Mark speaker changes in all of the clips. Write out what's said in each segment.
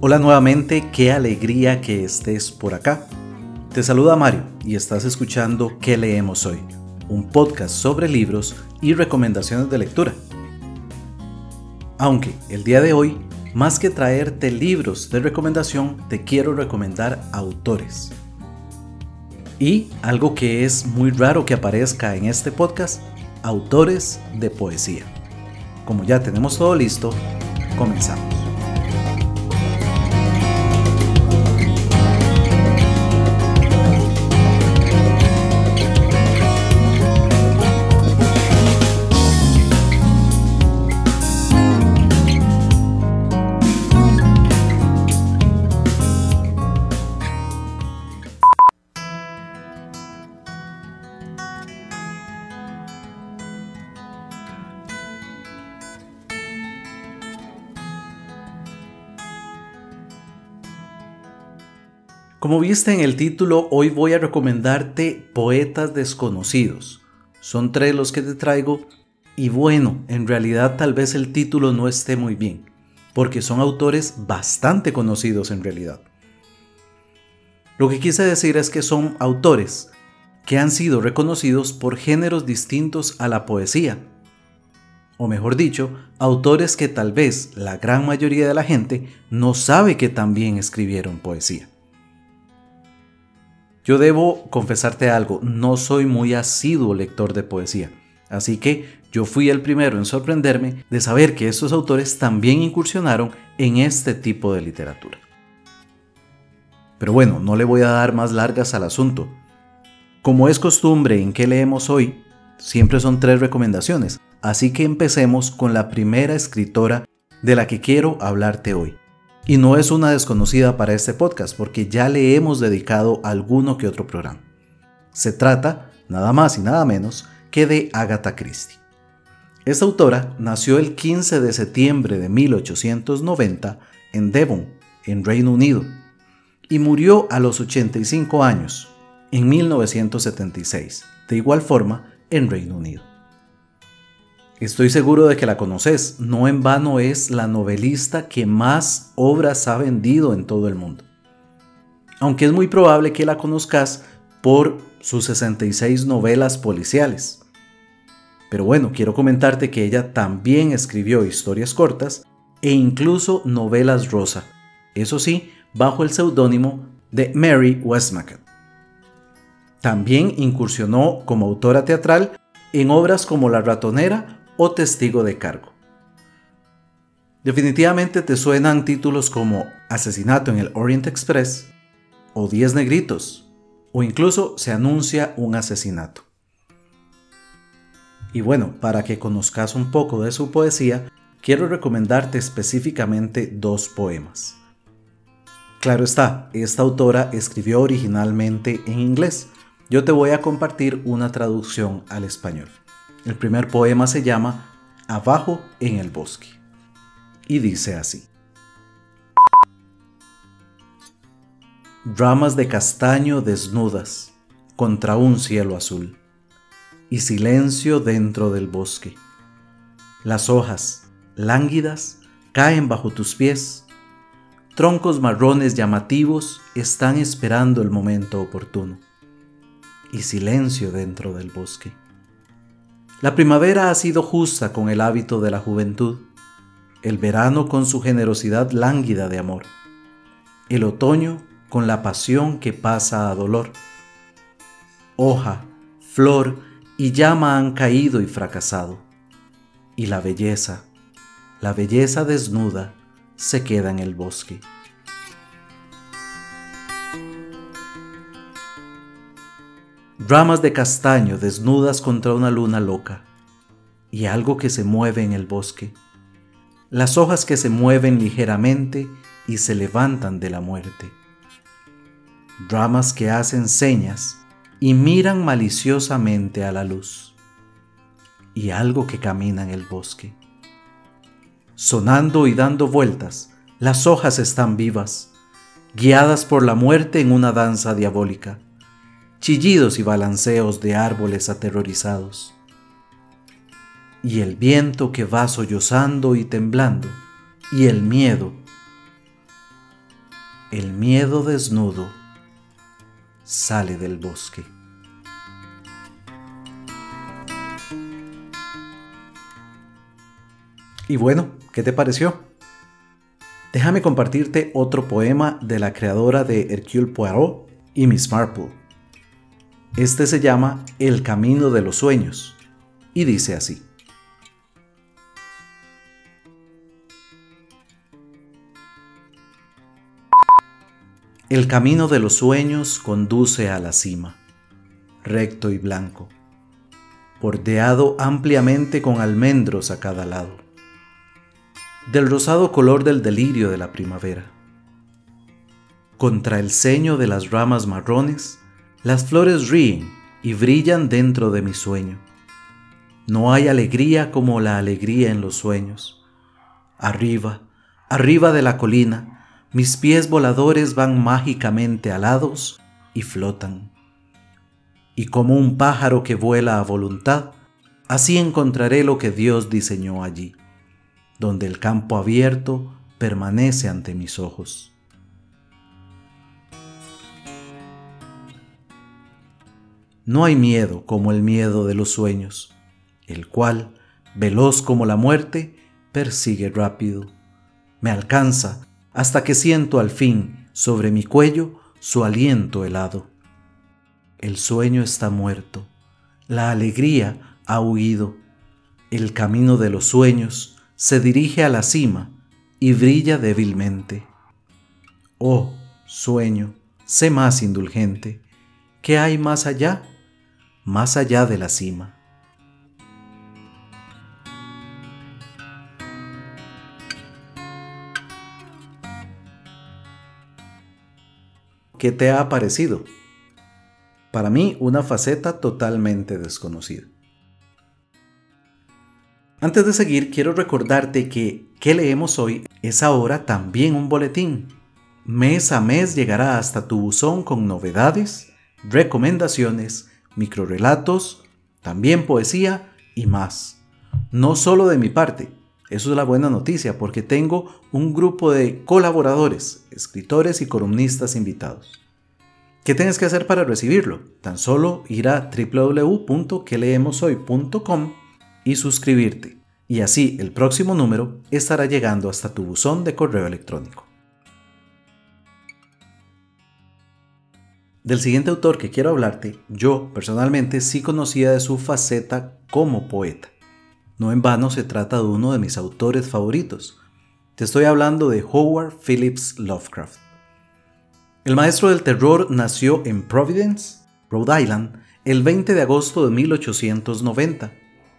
Speaker 1: Hola nuevamente, qué alegría que estés por acá. Te saluda Mario y estás escuchando ¿Qué leemos hoy? Un podcast sobre libros y recomendaciones de lectura. Aunque el día de hoy, más que traerte libros de recomendación, te quiero recomendar autores. Y algo que es muy raro que aparezca en este podcast, autores de poesía. Como ya tenemos todo listo, comenzamos. Como viste en el título, hoy voy a recomendarte poetas desconocidos. Son 3 los que te traigo y bueno, en realidad tal vez el título no esté muy bien, porque son autores bastante conocidos en realidad. Lo que quise decir es que son autores que han sido reconocidos por géneros distintos a la poesía. O mejor dicho, autores que tal vez la gran mayoría de la gente no sabe que también escribieron poesía. Yo debo confesarte algo, no soy muy asiduo lector de poesía, así que yo fui el primero en sorprenderme de saber que estos autores también incursionaron en este tipo de literatura. Pero bueno, no le voy a dar más largas al asunto. Como es costumbre en ¿Qué leemos hoy? Siempre son 3 recomendaciones, así que empecemos con la primera escritora de la que quiero hablarte hoy. Y no es una desconocida para este podcast porque ya le hemos dedicado alguno que otro programa. Se trata, nada más y nada menos, que de Agatha Christie. Esta autora nació el 15 de septiembre de 1890 en Devon, en Reino Unido, y murió a los 85 años, en 1976, de igual forma en Reino Unido. Estoy seguro de que la conoces, no en vano es la novelista que más obras ha vendido en todo el mundo. Aunque es muy probable que la conozcas por sus 66 novelas policiales. Pero bueno, quiero comentarte que ella también escribió historias cortas e incluso novelas rosa, eso sí, bajo el seudónimo de Mary Westmacott. También incursionó como autora teatral en obras como La ratonera o Testigo de cargo. Definitivamente te suenan títulos como Asesinato en el Orient Express o 10 negritos o incluso Se anuncia un asesinato. Y bueno, para que conozcas un poco de su poesía, quiero recomendarte específicamente 2 poemas. Claro está, esta autora escribió originalmente en inglés. Yo te voy a compartir una traducción al español. El primer poema se llama Abajo en el bosque y dice así: Ramas de castaño desnudas contra un cielo azul y silencio dentro del bosque. Las hojas, lánguidas, caen bajo tus pies. Troncos marrones llamativos están esperando el momento oportuno. Y silencio dentro del bosque. La primavera ha sido justa con el hábito de la juventud, el verano con su generosidad lánguida de amor, el otoño con la pasión que pasa a dolor. Hoja, flor y llama han caído y fracasado, y la belleza desnuda, se queda en el bosque. Ramas de castaño desnudas contra una luna loca, y algo que se mueve en el bosque. Las hojas que se mueven ligeramente y se levantan de la muerte. Ramas que hacen señas y miran maliciosamente a la luz. Y algo que camina en el bosque. Sonando y dando vueltas, las hojas están vivas, guiadas por la muerte en una danza diabólica. Chillidos y balanceos de árboles aterrorizados. Y el viento que va sollozando y temblando, y el miedo el miedo desnudo sale del bosque. Y bueno, ¿qué te pareció? Déjame compartirte otro poema de la creadora de Hercule Poirot y Miss Marple. Este se llama El camino de los sueños y dice así. El camino de los sueños conduce a la cima, recto y blanco, bordeado ampliamente con almendros a cada lado, del rosado color del delirio de la primavera. Contra el ceño de las ramas marrones, las flores ríen y brillan dentro de mi sueño. No hay alegría como la alegría en los sueños. Arriba, arriba de la colina, mis pies voladores van mágicamente alados y flotan. Y como un pájaro que vuela a voluntad, así encontraré lo que Dios diseñó allí, donde el campo abierto permanece ante mis ojos. No hay miedo como el miedo de los sueños, el cual, veloz como la muerte, persigue rápido. Me alcanza hasta que siento al fin sobre mi cuello su aliento helado. El sueño está muerto, la alegría ha huido, el camino de los sueños se dirige a la cima y brilla débilmente. Oh, sueño, sé más indulgente, ¿qué hay más allá de la cima? ¿Qué te ha parecido? Para mí, una faceta totalmente desconocida. Antes de seguir, quiero recordarte que ¿Qué leemos hoy? Es ahora también un boletín. Mes a mes llegará hasta tu buzón con novedades, recomendaciones, microrelatos, también poesía y más. No solo de mi parte. Eso es la buena noticia porque tengo un grupo de colaboradores, escritores y columnistas invitados. ¿Qué tienes que hacer para recibirlo? Tan solo ir a www.queleemoshoy.com y suscribirte. Y así el próximo número estará llegando hasta tu buzón de correo electrónico. Del siguiente autor que quiero hablarte, yo personalmente sí conocía de su faceta como poeta. No en vano se trata de uno de mis autores favoritos. Te estoy hablando de Howard Phillips Lovecraft. El maestro del terror nació en Providence, Rhode Island, el 20 de agosto de 1890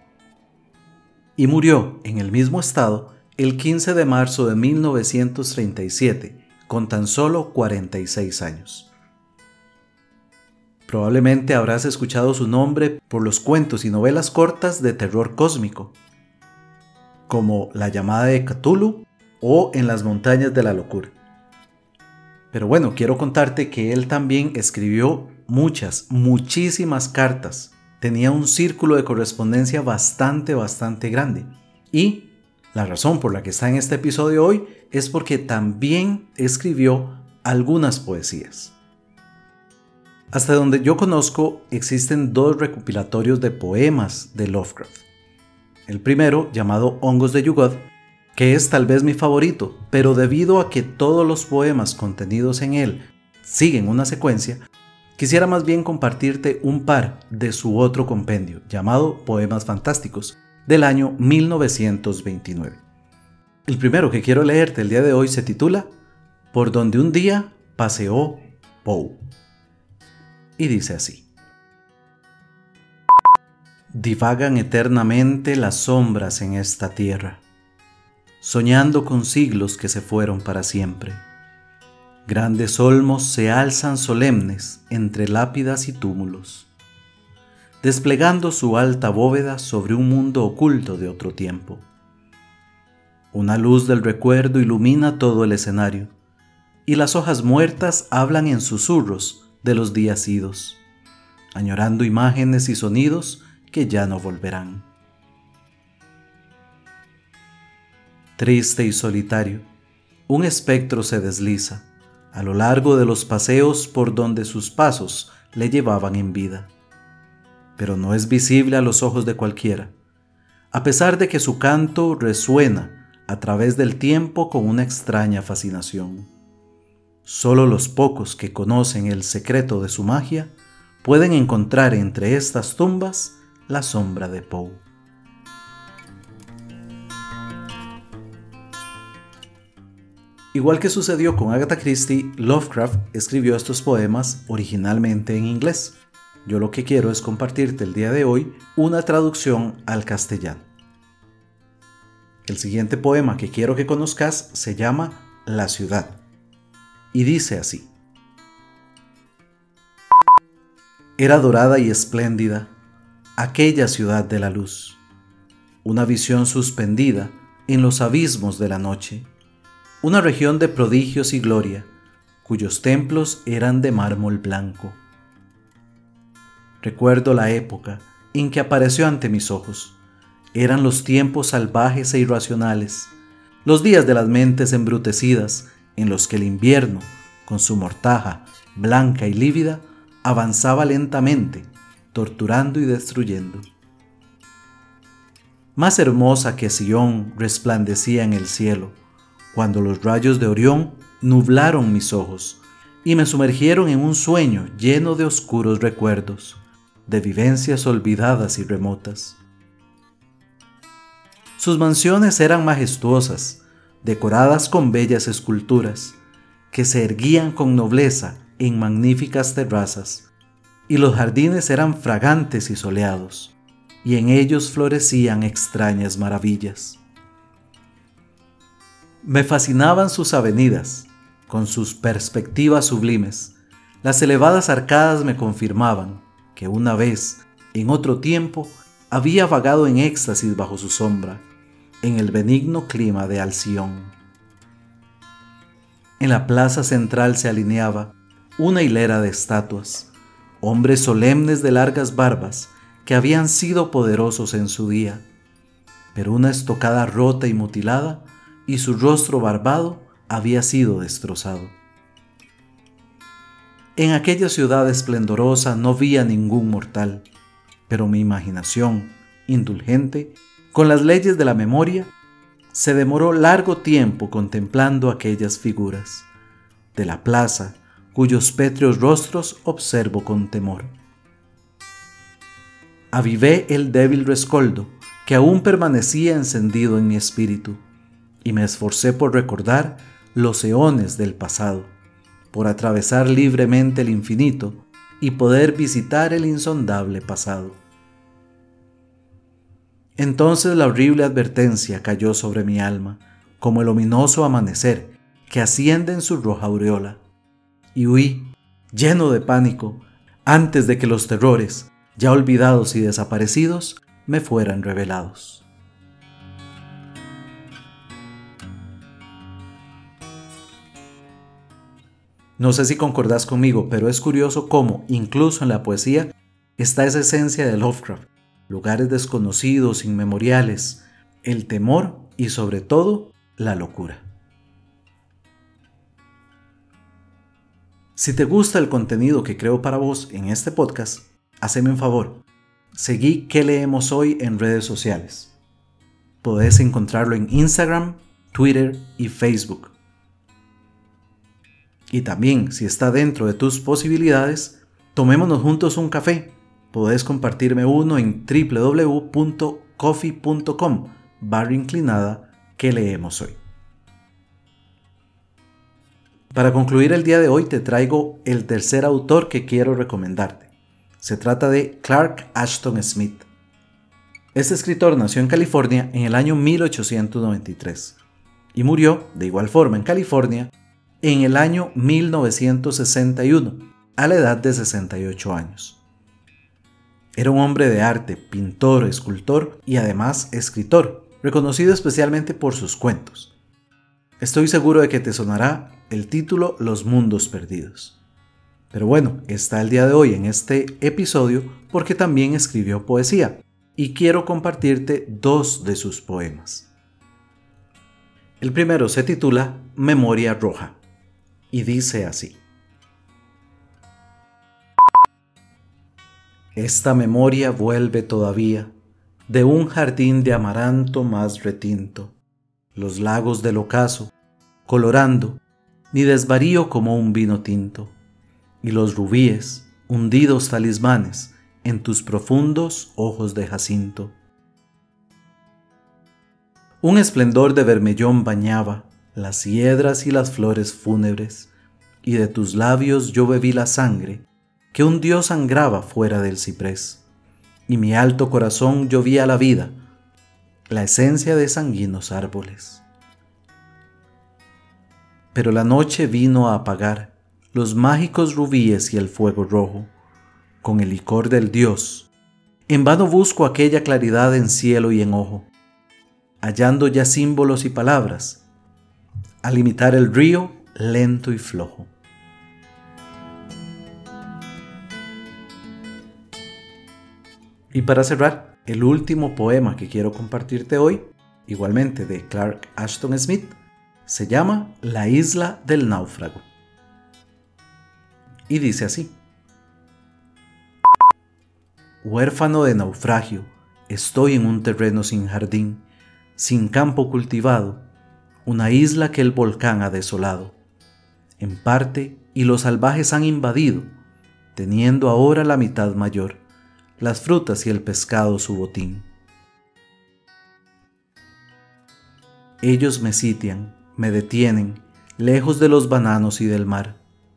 Speaker 1: y murió en el mismo estado el 15 de marzo de 1937, con tan solo 46 años. Probablemente habrás escuchado su nombre por los cuentos y novelas cortas de terror cósmico, como La llamada de Cthulhu o En las montañas de la locura. Pero bueno, quiero contarte que él también escribió muchísimas cartas. Tenía un círculo de correspondencia bastante grande. Y la razón por la que está en este episodio hoy es porque también escribió algunas poesías. Hasta donde yo conozco, existen 2 recopilatorios de poemas de Lovecraft. El primero, llamado Hongos de Yuggoth, que es tal vez mi favorito, pero debido a que todos los poemas contenidos en él siguen una secuencia, quisiera más bien compartirte un par de su otro compendio, llamado Poemas Fantásticos, del año 1929. El primero que quiero leerte el día de hoy se titula Por donde un día paseó Poe. Y dice así. Divagan eternamente las sombras en esta tierra, soñando con siglos que se fueron para siempre. Grandes olmos se alzan solemnes entre lápidas y túmulos, desplegando su alta bóveda sobre un mundo oculto de otro tiempo. Una luz del recuerdo ilumina todo el escenario, y las hojas muertas hablan en susurros de los días idos, añorando imágenes y sonidos que ya no volverán. Triste y solitario, un espectro se desliza, a lo largo de los paseos por donde sus pasos le llevaban en vida. Pero no es visible a los ojos de cualquiera, a pesar de que su canto resuena a través del tiempo con una extraña fascinación. Solo los pocos que conocen el secreto de su magia pueden encontrar entre estas tumbas la sombra de Poe. Igual que sucedió con Agatha Christie, Lovecraft escribió estos poemas originalmente en inglés. Yo lo que quiero es compartirte el día de hoy una traducción al castellano. El siguiente poema que quiero que conozcas se llama La ciudad y dice así: Era dorada y espléndida aquella ciudad de la luz, una visión suspendida en los abismos de la noche, una región de prodigios y gloria, cuyos templos eran de mármol blanco. Recuerdo la época en que apareció ante mis ojos. Eran los tiempos salvajes e irracionales, los días de las mentes embrutecidas en los que el invierno, con su mortaja blanca y lívida, avanzaba lentamente, torturando y destruyendo. Más hermosa que Sion resplandecía en el cielo, cuando los rayos de Orión nublaron mis ojos y me sumergieron en un sueño lleno de oscuros recuerdos, de vivencias olvidadas y remotas. Sus mansiones eran majestuosas, decoradas con bellas esculturas, que se erguían con nobleza en magníficas terrazas, y los jardines eran fragantes y soleados, y en ellos florecían extrañas maravillas. Me fascinaban sus avenidas, con sus perspectivas sublimes. Las elevadas arcadas me confirmaban que una vez, en otro tiempo, había vagado en éxtasis bajo su sombra, en el benigno clima de Alción. En la plaza central se alineaba una hilera de estatuas, hombres solemnes de largas barbas que habían sido poderosos en su día, pero una estocada rota y mutilada y su rostro barbado había sido destrozado. En aquella ciudad esplendorosa no vi a ningún mortal, pero mi imaginación, indulgente, con las leyes de la memoria, se demoró largo tiempo contemplando aquellas figuras de la plaza cuyos pétreos rostros observo con temor. Avivé el débil rescoldo que aún permanecía encendido en mi espíritu, y me esforcé por recordar los eones del pasado, por atravesar libremente el infinito y poder visitar el insondable pasado. Entonces la horrible advertencia cayó sobre mi alma, como el ominoso amanecer que asciende en su roja aureola, y huí, lleno de pánico, antes de que los terrores, ya olvidados y desaparecidos, me fueran revelados. No sé si concordás conmigo, pero es curioso cómo, incluso en la poesía, está esa esencia de Lovecraft. Lugares desconocidos, inmemoriales, el temor y sobre todo, la locura. Si te gusta el contenido que creo para vos en este podcast, haceme un favor. Seguí ¿Qué leemos hoy? En redes sociales. Podés encontrarlo en Instagram, Twitter y Facebook. Y también, si está dentro de tus posibilidades, tomémonos juntos un café. Podés compartirme uno en www.coffee.com// ¿Qué leemos hoy? Para concluir el día de hoy te traigo el tercer autor que quiero recomendarte. Se trata de Clark Ashton Smith. Este escritor nació en California en el año 1893 y murió de igual forma en California en el año 1961, a la edad de 68 años. Era un hombre de arte, pintor, escultor y además escritor, reconocido especialmente por sus cuentos. Estoy seguro de que te sonará el título Los Mundos Perdidos. Pero bueno, está el día de hoy en este episodio porque también escribió poesía y quiero compartirte dos de sus poemas. El primero se titula Memoria Roja y dice así. Esta memoria vuelve todavía de un jardín de amaranto más retinto, los lagos del ocaso, colorando mi desvarío como un vino tinto, y los rubíes, hundidos talismanes en tus profundos ojos de jacinto. Un esplendor de bermellón bañaba las hiedras y las flores fúnebres, y de tus labios yo bebí la sangre que un dios sangraba fuera del ciprés, y mi alto corazón llovía la vida, la esencia de sanguinos árboles. Pero la noche vino a apagar los mágicos rubíes y el fuego rojo, con el licor del dios. En vano busco aquella claridad en cielo y en ojo, hallando ya símbolos y palabras, al imitar el río lento y flojo. Y para cerrar, el último poema que quiero compartirte hoy, igualmente de Clark Ashton Smith, se llama La isla del náufrago. Y dice así. Huérfano de naufragio, estoy en un terreno sin jardín, sin campo cultivado, una isla que el volcán ha desolado. En parte, y los salvajes han invadido, teniendo ahora la mitad mayor, las frutas y el pescado su botín. Ellos me sitian, me detienen, lejos de los bananos y del mar.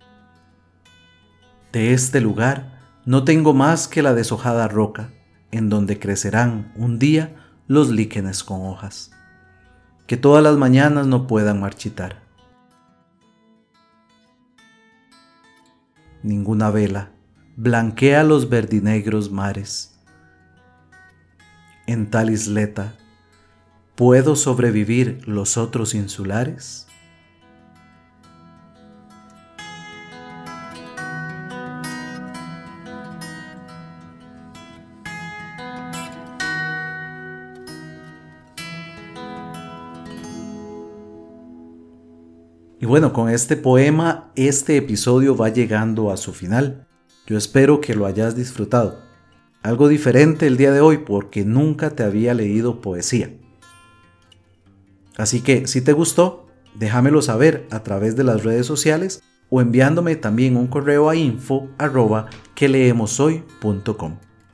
Speaker 1: De este lugar no tengo más que la deshojada roca, en donde crecerán un día los líquenes con hojas, que todas las mañanas no puedan marchitar. Ninguna vela blanquea los verdinegros mares. En tal isleta, ¿puedo sobrevivir los otros insulares? Y bueno, con este poema, este episodio va llegando a su final. Yo espero que lo hayas disfrutado. Algo diferente el día de hoy porque nunca te había leído poesía. Así que si te gustó, déjamelo saber a través de las redes sociales o enviándome también un correo a info@queleemoshoy.com.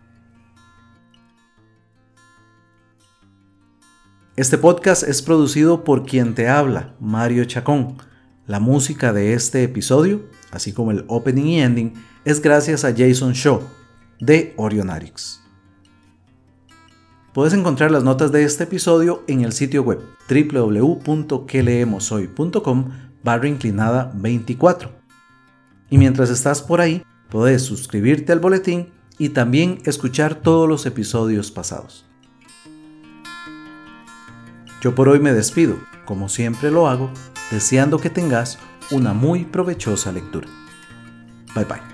Speaker 1: Este podcast es producido por quien te habla, Mario Chacón. La música de este episodio, así como el opening y ending, es gracias a Jason Shaw, de Orionarix. Puedes encontrar las notas de este episodio en el sitio web www.queleemoshoy.com/24. Y mientras estás por ahí, puedes suscribirte al boletín y también escuchar todos los episodios pasados. Yo por hoy me despido, como siempre lo hago, deseando que tengas una muy provechosa lectura. Bye bye.